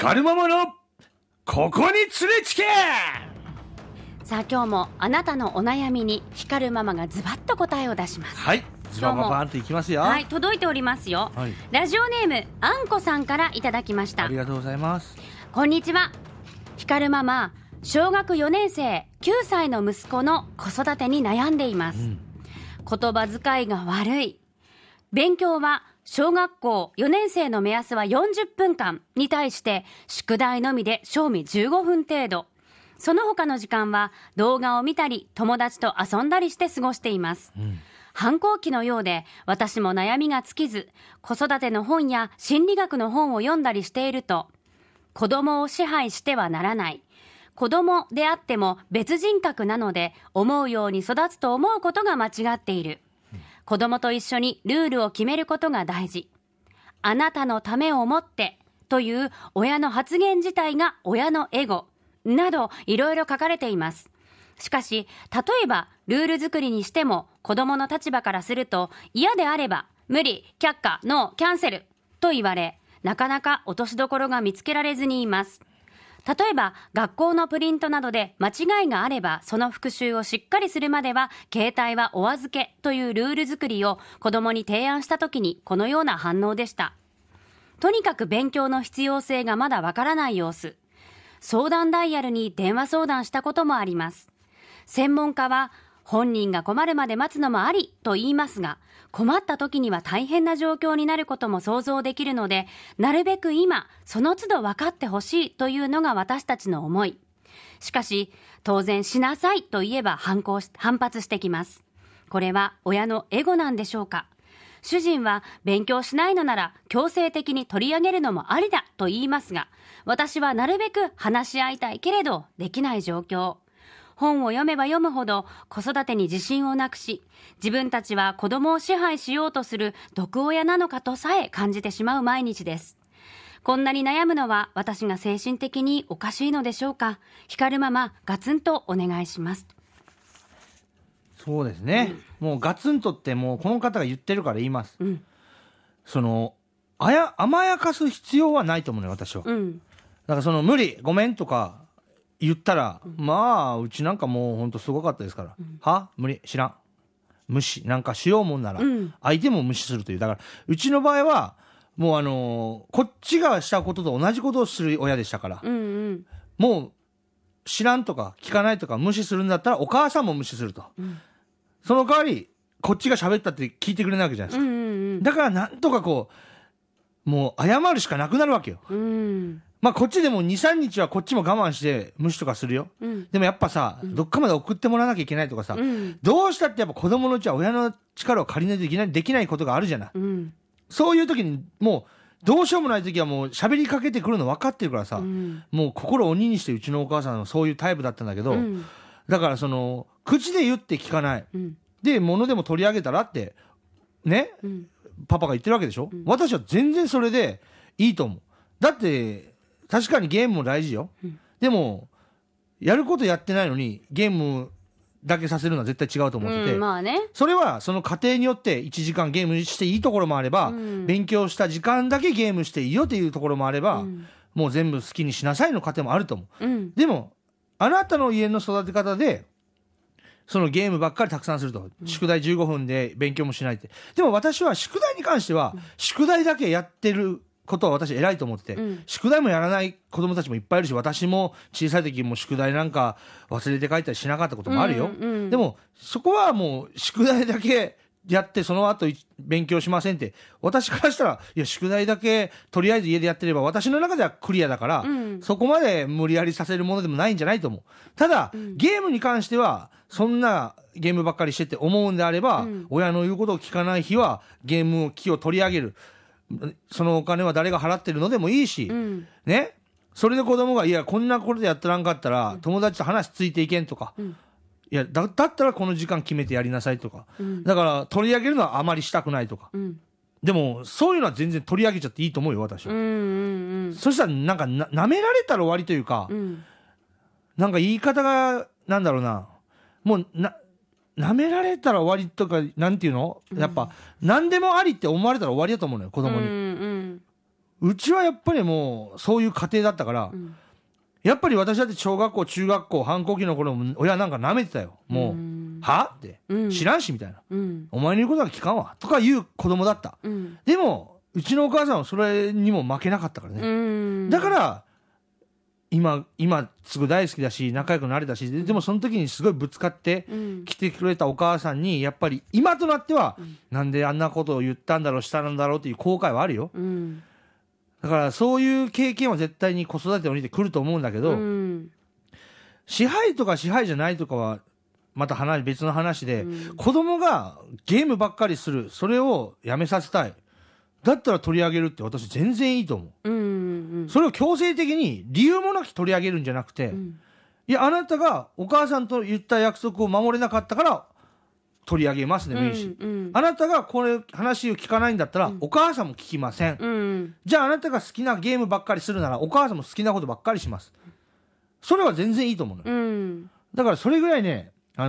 光るママのここに連れつけ。 さあ今日もあなたのお悩みに光るママがズバッと答えを出します。 はい、ズバババーンといきますよ。 はい、届いておりますよ、 はい、 ラジオネームあんこさんからいただきました。 ありがとうございます。 こんにちは。光るママ、小学4年生9歳の息子の子育てに悩んでいます、言葉遣いが悪い。勉強は小学校4年生の目安は40分間に対して宿題のみで賞味15分程度。その他の時間は動画を見たり友達と遊んだりして過ごしています、反抗期のようで私も悩みが尽きず、子育ての本や心理学の本を読んだりしていると、子供を支配してはならない、子供であっても別人格なので思うように育つと思うことが間違っている、子供と一緒にルールを決めることが大事、あなたのためを思ってという親の発言自体が親のエゴなどいろいろ書かれています。しかし例えばルール作りにしても子供の立場からすると嫌であれば無理、却下、ノー、キャンセルと言われ、なかなか落としどころが見つけられずにいます。例えば学校のプリントなどで間違いがあればその復習をしっかりするまでは携帯はお預けというルール作りを子供に提案した時にこのような反応でした。とにかく勉強の必要性がまだわからない様子。相談ダイヤルに電話相談したこともあります。専門家は本人が困るまで待つのもありと言いますが、困った時には大変な状況になることも想像できるので、なるべく今その都度分かってほしいというのが私たちの思い。しかし当然しなさいと言えば反発してきます。これは親のエゴなんでしょうか。主人は勉強しないのなら強制的に取り上げるのもありだと言いますが、私はなるべく話し合いたいけれどできない状況。本を読めば読むほど子育てに自信をなくし、自分たちは子供を支配しようとする毒親なのかとさえ感じてしまう毎日です。こんなに悩むのは私が精神的におかしいのでしょうか。光るママ、ガツンとお願いします。 そうですね、もうガツンとってもうこの方が言ってるから言います、その甘やかす必要はないと思うね、私は、だからその無理ごめんとか言ったら、まあうちなんかもうほんとすごかったですから、は無理知らん無視なんかしようもんなら、相手も無視するという。だからうちの場合はもうこっちがしたことと同じことをする親でしたから、もう知らんとか聞かないとか無視するんだったらお母さんも無視すると、その代わりこっちが喋ったって聞いてくれないわけじゃないですか、だからなんとかこうもう謝るしかなくなるわけよ、まあこっちでも 2,3 日はこっちも我慢して無視とかするよ、でもやっぱさ、どっかまで送ってもらわなきゃいけないとかさ、どうしたってやっぱ子供のうちは親の力を借りないとできないことがあるじゃない、そういう時にもうどうしようもない時はもう喋りかけてくるの分かってるからさ、もう心を鬼にしてうちのお母さんはそういうタイプだったんだけど、だからその口で言って聞かない、で物でも取り上げたらってね、パパが言ってるわけでしょ、私は全然それでいいと思う。だって確かにゲームも大事よ、でもやることやってないのにゲームだけさせるのは絶対違うと思ってて、 まあね、 それはその家庭によって1時間ゲームしていいところもあれば、勉強した時間だけゲームしていいよっていうところもあれば、もう全部好きにしなさいの家庭もあると思う、でもあなたの家の育て方でそのゲームばっかりたくさんすると、宿題15分で勉強もしないって。でも私は宿題に関しては、宿題だけやってることは私偉いと思ってて、宿題もやらない子供たちもいっぱいいるし、私も小さい時も宿題なんか忘れて帰ったりしなかったこともあるよ、でもそこはもう宿題だけやってその後勉強しませんって、私からしたらいや宿題だけとりあえず家でやってれば私の中ではクリアだから、そこまで無理やりさせるものでもないんじゃないと思う。ただ、ゲームに関してはそんなゲームばっかりしてって思うんであれば、親の言うことを聞かない日はゲーム機を取り上げる、そのお金は誰が払ってるのでもいいし、ね、それで子供がいやこんなことやってらんかったら友達と話ついていけんとか、いや だったらこの時間決めてやりなさいとか、だから取り上げるのはあまりしたくないとか、でもそういうのは全然取り上げちゃっていいと思うよ私は、そしたらなんかなめられたら終わりというか、なんか言い方がなんだろうな、もう舐められたら終わりとかなんていうの、やっぱ何でもありって思われたら終わりだと思うのよ子供に、 うちはやっぱりもうそういう家庭だったから、やっぱり私だって小学校中学校反抗期の頃も親なんか舐めてたよ。もうはって、知らんしみたいな、お前の言うことは聞かんわとかいう子供だった、でもうちのお母さんはそれにも負けなかったからね、だから今すごい大好きだし仲良くなれたし、でもその時にすごいぶつかって来てくれたお母さんにやっぱり今となっては、なんであんなことを言ったんだろうしたんだろうっていう後悔はあるよ、だからそういう経験は絶対に子育てを見てくると思うんだけど、支配とか支配じゃないとかはまた別の話で、子供がゲームばっかりする、それをやめさせたい、だったら取り上げるって私全然いいと思う、それを強制的に理由もなく取り上げるんじゃなくて、いやあなたがお母さんと言った約束を守れなかったから取り上げますでもいいし、あなたがこれ話を聞かないんだったら、お母さんも聞きません、じゃああなたが好きなゲームばっかりするならお母さんも好きなことばっかりします、それは全然いいと思うのよ、だからそれぐらいね、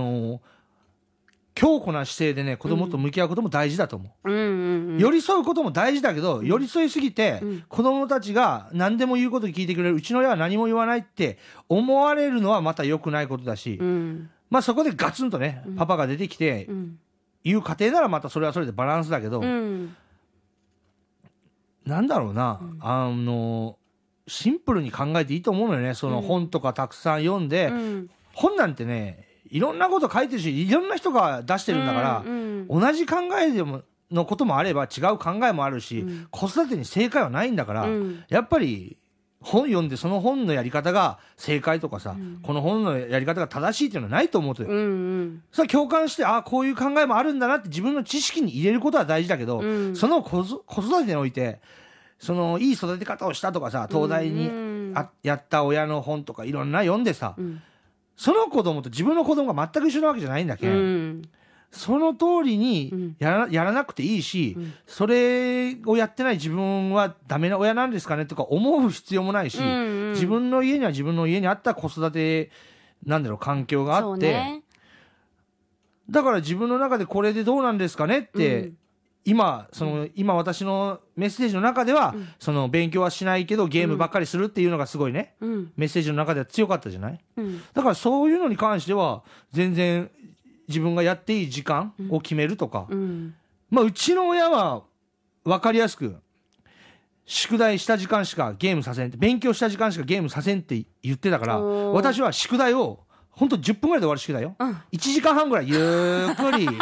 強固な姿勢でね子供と向き合うことも大事だと思う、寄り添うことも大事だけど、寄り添いすぎて、子供たちが何でも言うことを聞いてくれる、うちの親は何も言わないって思われるのはまた良くないことだし、まあそこでガツンとね、パパが出てきて言う家庭ならまたそれはそれでバランスだけど、なんだろうな、シンプルに考えていいと思うのよね。その本とかたくさん読んで、本なんてねいろんなこと書いてるし、いろんな人が出してるんだから、同じ考えでものこともあれば違う考えもあるし、子育てに正解はないんだから、やっぱり本読んでその本のやり方が正解とかさ、この本のやり方が正しいっていうのはないと思うとよ、それは共感して、ああこういう考えもあるんだなって自分の知識に入れることは大事だけど、その子育てにおいてそのいい育て方をしたとかさ、東大にやった親の本とかいろんな読んでさ、その子供と自分の子供が全く一緒なわけじゃないんだけん、その通りにやらなくていいし、それをやってない自分はダメな親なんですかねとか思う必要もないし、自分の家には自分の家にあった子育てなんだろう環境があって、だから自分の中でこれでどうなんですかねって、今私のメッセージの中では、その勉強はしないけどゲームばっかりするっていうのがすごいね、メッセージの中では強かったじゃない、だからそういうのに関しては全然自分がやっていい時間を決めるとか、まあうちの親は分かりやすく宿題した時間しかゲームさせん、勉強した時間しかゲームさせんって言ってたから、私は宿題をほんと10分ぐらいで終わる宿題よ、1時間半ぐらいゆっくり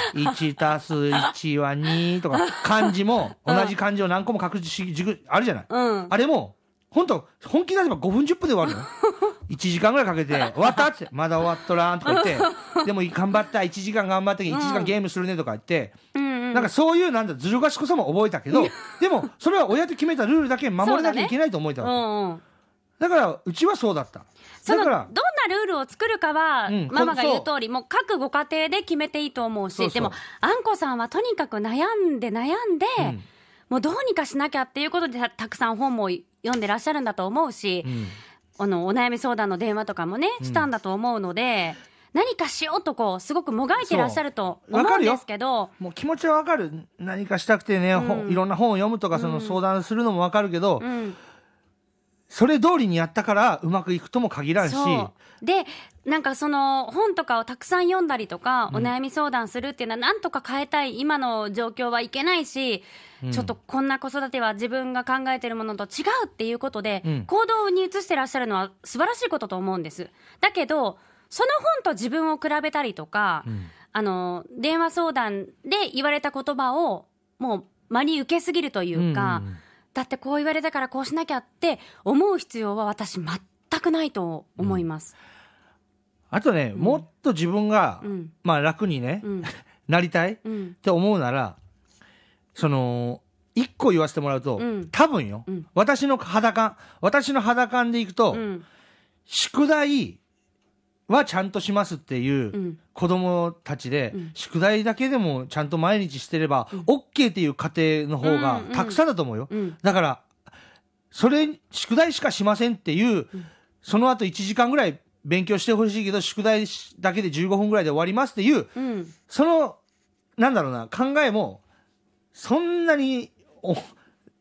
1+1 は2とか漢字も同じ漢字を何個も書く塾あるじゃない、あれも本気出せば5分10分で終わるの1時間ぐらいかけて終わったってまだ終わっとらんとか言ってでも頑張った1時間頑張ったけど1時間ゲームするねとか言って、なんかそういうなんだずる賢さも覚えたけどでもそれは親と決めたルールだけ守らなきゃいけないと思えたわけ、だからうちはそうだった。 だからどんなルールを作るかは、ママが言う通りもう各ご家庭で決めていいと思うし、でもあんこさんはとにかく悩んで、もうどうにかしなきゃっていうことでたくさん本も読んでらっしゃるんだと思うし、お悩み相談の電話とかもねしたんだと思うので、何かしようとこうすごくもがいてらっしゃると思うんですけど、 もう気持ちはわかる、何かしたくてね、いろんな本を読むとかその相談するのもわかるけど、それ通りにやったからうまくいくとも限らんし、 でなんかその本とかをたくさん読んだりとか、お悩み相談するっていうのはなんとか変えたい今の状況はいけないし、ちょっとこんな子育ては自分が考えてるものと違うっていうことで、行動に移してらっしゃるのは素晴らしいことと思うんです。だけどその本と自分を比べたりとか、電話相談で言われた言葉をもう真に受けすぎるというか、だってこう言われたからこうしなきゃって思う必要は私全くないと思います。 あとね、もっと自分が、まあ楽にね、なりたいって思うなら、その一個言わせてもらうと、多分よ、私の肌感でいくと、宿題はちゃんとしますっていう子供たちで、宿題だけでもちゃんと毎日してれば OK っていう家庭の方がたくさんだと思うよ、だから宿題しかしませんっていう、その後1時間ぐらい勉強してほしいけど宿題だけで15分ぐらいで終わりますっていう、そのなんだろうな考えもそんなに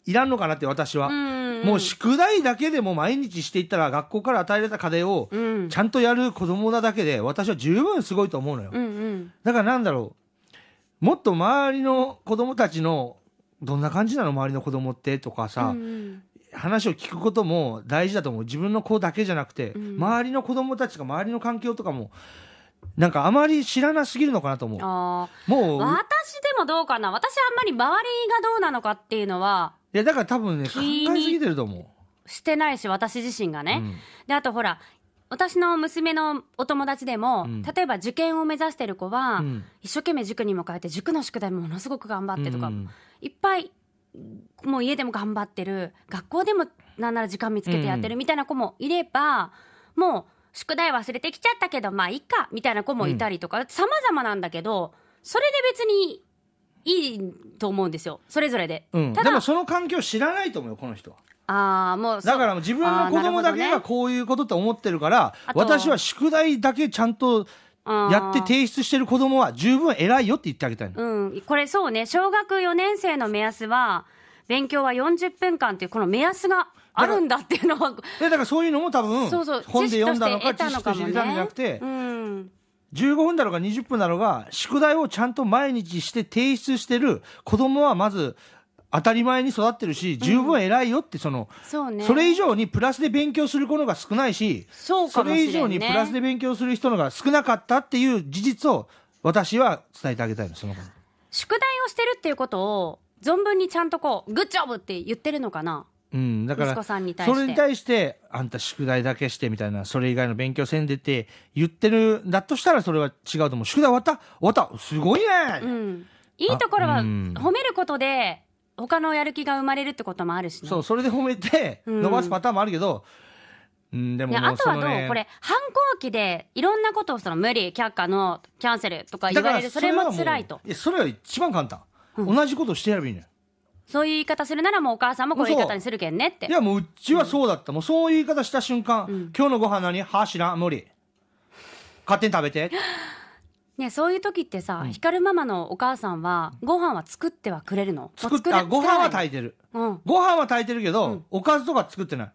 いらんのかなって私は。もう宿題だけでも毎日していったら学校から与えられた課題をちゃんとやる子供なだけで私は十分すごいと思うのよ。だからなんだろう、もっと周りの子供たちのどんな感じなの周りの子供ってとかさ、話を聞くことも大事だと思う。自分の子だけじゃなくて、周りの子供たちが周りの環境とかもなんかあまり知らなすぎるのかなと思う。もう私でもどうかな。私あんまり周りがどうなのかっていうのはいやだから多分ね考えすぎてると思う。してないし私自身がね、であとほら私の娘のお友達でも、例えば受験を目指してる子は、一生懸命塾にも通って塾の宿題もものすごく頑張ってとか、いっぱいもう家でも頑張ってる、学校でもなんなら時間見つけてやってるみたいな子もいれば、もう宿題忘れてきちゃったけどまあいいかみたいな子もいたりとか、様々なんだけど、それで別にいいと思うんですよ、それぞれで。 でもその環境知らないと思うよこの人は。 もうだから自分の子供だけがこういうことって思ってるから、私は宿題だけちゃんとやって提出してる子供は十分偉いよって言ってあげたいの。 これそうね、小学4年生の目安は勉強は40分間っていうこの目安があるんだっていうのは、 だからそういうのも多分本で読んだのか知識として入れたんじゃなくて、15分だろうが20分だろうが宿題をちゃんと毎日して提出してる子供はまず当たり前に育ってるし、十分偉いよって、それ以上にプラスで勉強する子のが少ないし、それ以上にプラスで勉強する人のが少なかったっていう事実を私は伝えてあげたいの。その子に宿題をしてるっていうことを存分にちゃんとこうグッジョブって言ってるのかな。 だから息子さんに対してそれに対してあんた宿題だけしてみたいな、それ以外の勉強せんでって言ってるんだとしたらそれは違うと思う。宿題終わったすごいね、 いいところは褒めることで他のやる気が生まれるってこともあるしね。 それで褒めて伸ばすパターンもあるけど、でもあとはどう、これ反抗期でいろんなことを無理、却下のキャンセルとか言われる、それも辛いと。 それは一番簡単、同じことしてやればいいのよ。 そういう言い方するならもうお母さんもこういう言い方にするけんねって。 いやもううちはそうだった、もうそういう言い方した瞬間、今日のご飯何知らん、無理、勝手に食べてね、そういう時ってさ、光ママのお母さんはご飯は作ってはくれるの？ ご飯は炊いてる、ご飯は炊いてるけど、おかずとか作ってない。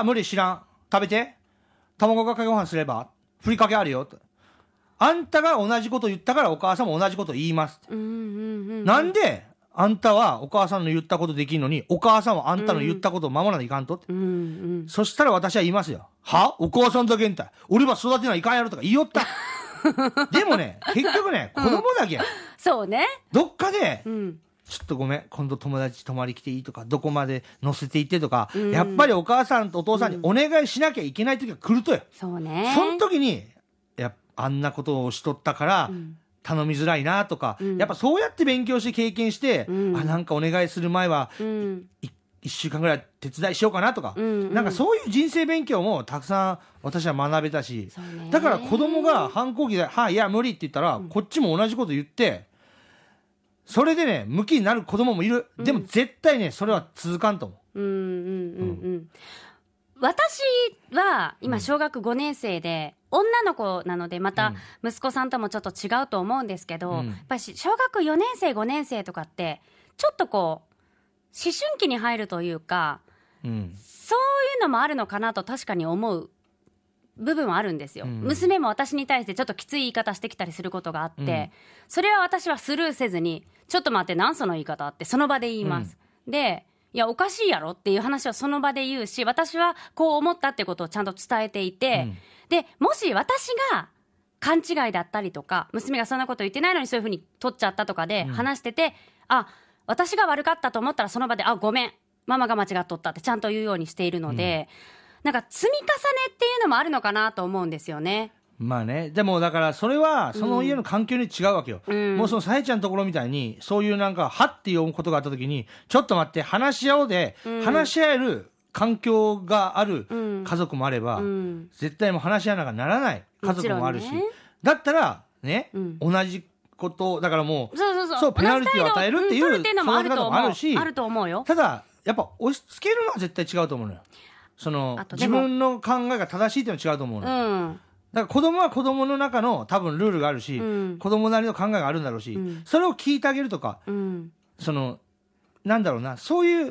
無理、知らん、食べて、卵かけご飯すればふりかけあるよと。あんたが同じこと言ったからお母さんも同じこと言います。なんであんたはお母さんの言ったことできんのにお母さんはあんたの言ったことを守らないかんとって、そしたら私は言いますよ。お母さんだけんたい俺は育てないかんやろとか言いよったでもね、結局ね、子供だけや、 そうね、 どっかで、ちょっとごめん今度友達泊まり来ていいとか、どこまで乗せていってとか、やっぱりお母さんとお父さんにお願いしなきゃいけない時が来るとよ。 そうね、 その時にあんなことをしとったから頼みづらいなとか、やっぱそうやって勉強して経験して、なんかお願いする前は、1週間ぐらい手伝いしようかなとか、なんかそういう人生勉強もたくさん私は学べたし、だから子供が反抗期でいや無理って言ったら、こっちも同じこと言ってそれでねムキになる子供もいる。でも絶対ねそれは続かんと思う。 私は今小学5年生で女の子なので、また息子さんともちょっと違うと思うんですけど、やっぱり小学4年生5年生とかってちょっとこう思春期に入るというか、そういうのもあるのかなと確かに思う部分はあるんですよ。娘も私に対してちょっときつい言い方してきたりすることがあって、それは私はスルーせずに、ちょっと待って何その言い方ってその場で言います。で、いやおかしいやろっていう話をその場で言うし、私はこう思ったってことをちゃんと伝えていて、でもし私が勘違いだったりとか、娘がそんなこと言ってないのにそういうふうに取っちゃったとかで話してて、私が悪かったと思ったらその場でごめんママが間違っとったってちゃんと言うようにしているので、なんか積み重ねっていうのもあるのかなと思うんですよね。 まあね、でもだからそれはその家の環境に違うわけよ、もうそのさえちゃんのところみたいにそういうなんかはって読むことがあった時にちょっと待って話し合おうで、話し合える環境がある家族もあれば、絶対もう話し合わなきゃならない家族もあるし、だったらね、同じことだからもうそうペナルティを与えるっていう育て方もあるし、ただやっぱ押し付けるのは絶対違うと思うのよ。その自分の考えが正しいっていうのは違うと思うのよ、だから子供は子供の中の多分ルールがあるし、子供なりの考えがあるんだろうし、それを聞いてあげるとか、そのなんだろうな、そういう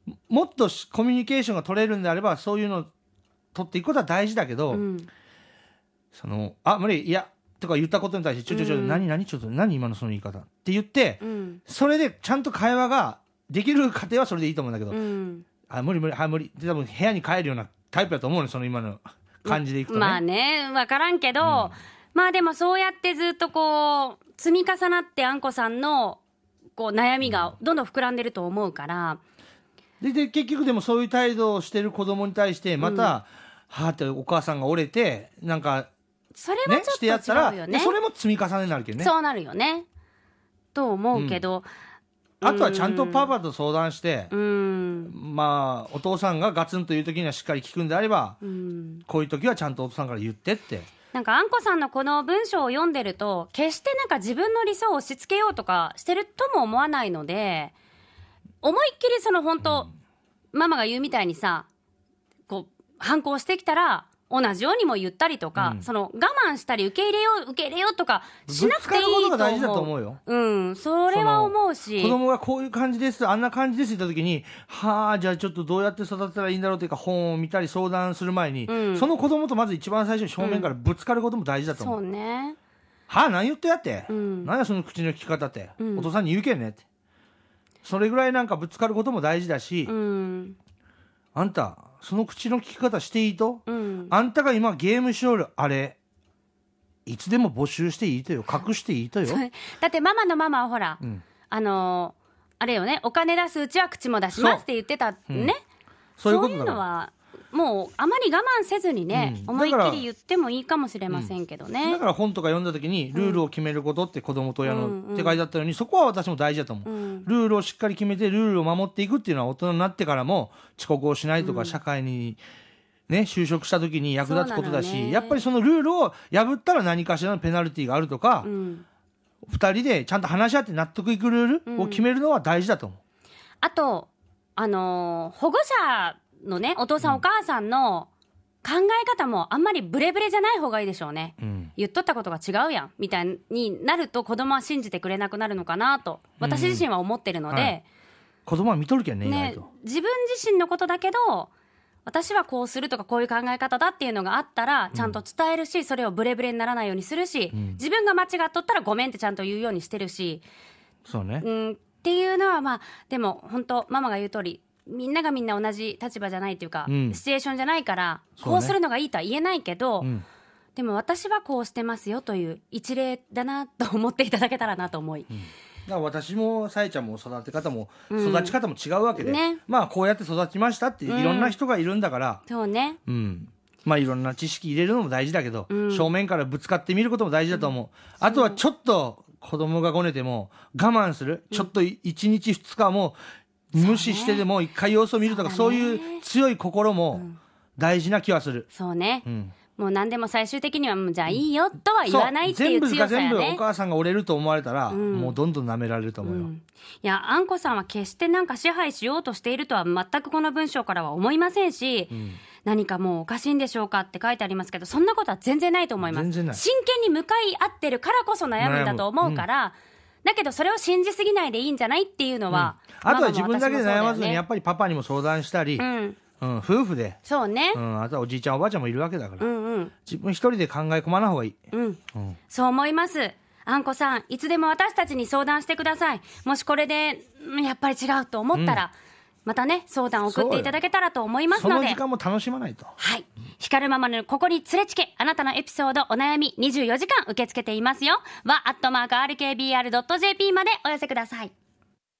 もっとコミュニケーションが取れるんであればそういうのを取っていくことは大事だけど、無理いやとか言ったことに対して何今のその言い方って言って、それでちゃんと会話ができる過程はそれでいいと思うんだけど、無理って多分部屋に帰るようなタイプだと思うね、その今の感じでいくとね。 まあね、分からんけど、まあでもそうやってずっとこう積み重なってあんこさんのこう悩みがどんどん膨らんでると思うから、 で結局でもそういう態度をしてる子供に対してまた、はーってお母さんが折れてなんかそれはちょっと違うよね。 してやったらそれも積み重ねになるけどね。 そうなるよねと思うけど、 あとはちゃんとパパと相談して、まあお父さんがガツンと言う時にはしっかり聞くんであれば、こういう時はちゃんとお父さんから言ってって。 なんかあんこさんのこの文章を読んでると決してなんか自分の理想を押し付けようとかしてるとも思わないので、思いっきりその本当、ママが言うみたいにさこう反抗してきたら同じようにも言ったりとか、その我慢したり受け入れようとかしなくていいと思う。 ぶつかることが大事だと思うよ。 それは思うし、 子供がこういう感じですあんな感じですって言った時にはあじゃあちょっとどうやって育てたらいいんだろうというか本を見たり相談する前に、その子供とまず一番最初に正面からぶつかることも大事だと思う。 そうね。 はあ何言ってやって、何やその口の利き方って、お父さんに言うけんねって、それぐらいなんかぶつかることも大事だし、あんたその口の利き方していいと、あんたが今ゲームしよるあれいつでも募集していいとよ、隠していいとよだってママのママはほら、あれよね、お金出すうちは口も出しますって言ってたね、そういうのはもうあまり我慢せずにね、思いっきり言ってもいいかもしれませんけどね。 だから本とか読んだ時にルールを決めることって子供と親の手書いだったように、そこは私も大事だと思う、ルールをしっかり決めてルールを守っていくっていうのは大人になってからも遅刻をしないとか、社会にね就職した時に役立つことだし、やっぱりそのルールを破ったら何かしらのペナルティーがあるとか、2人でちゃんと話し合って納得いくルールを決めるのは大事だと思う。 あと保護者のねお父さんお母さんの考え方もあんまりブレブレじゃない方がいいでしょうね、言っとったことが違うやんみたいになると子供は信じてくれなくなるのかなと私自身は思ってるので、 子供は見とるけんね、意外と自分自身のことだけど私はこうするとかこういう考え方だっていうのがあったらちゃんと伝えるし、それをブレブレにならないようにするし、自分が間違っとったらごめんってちゃんと言うようにしてるし、 そうね、 っていうのはまあでも本当ママが言う通りみんながみんな同じ立場じゃないっていうか、シチュエーションじゃないからこうするのがいいとは言えないけど、でも私はこうしてますよという一例だなと思っていただけたらなと思い、 だから私もさえちゃんも育て方も育ち方も違うわけで、まあこうやって育ちましたっていろんな人がいるんだから、 そうね、 まあいろんな知識入れるのも大事だけど、正面からぶつかってみることも大事だと思う、あとはちょっと子供がごねても我慢する、ちょっと1日2日も無視してでも一回様子を見るとか、そういう強い心も大事な気はする。 そうね、もう何でも最終的にはじゃあいいよとは言わないっていう強さやね。 全部お母さんが折れると思われたら、もうどんどん舐められると思うよ、 いやあんこさんは決してなんか支配しようとしているとは全くこの文章からは思いませんし、何かもうおかしいんでしょうかって書いてありますけど、そんなことは全然ないと思います。真剣に向かい合ってるからこそ悩むんだと思うから、だけどそれを信じすぎないでいいんじゃないっていうのは、 あとは自分だけで悩まずにやっぱりパパにも相談したり、夫婦で、 そうね、 あとはおじいちゃんおばあちゃんもいるわけだから、自分一人で考え込まない方がいい、 そう思います。あんこさんいつでも私たちに相談してください。もしこれでやっぱり違うと思ったら、またね相談を送っていただけたらと思いますので、 その時間も楽しまないと。 はい、光るママのここに連れちけ、あなたのエピソードお悩み24時間受け付けていますよ。は@rkbr.jp までお寄せください。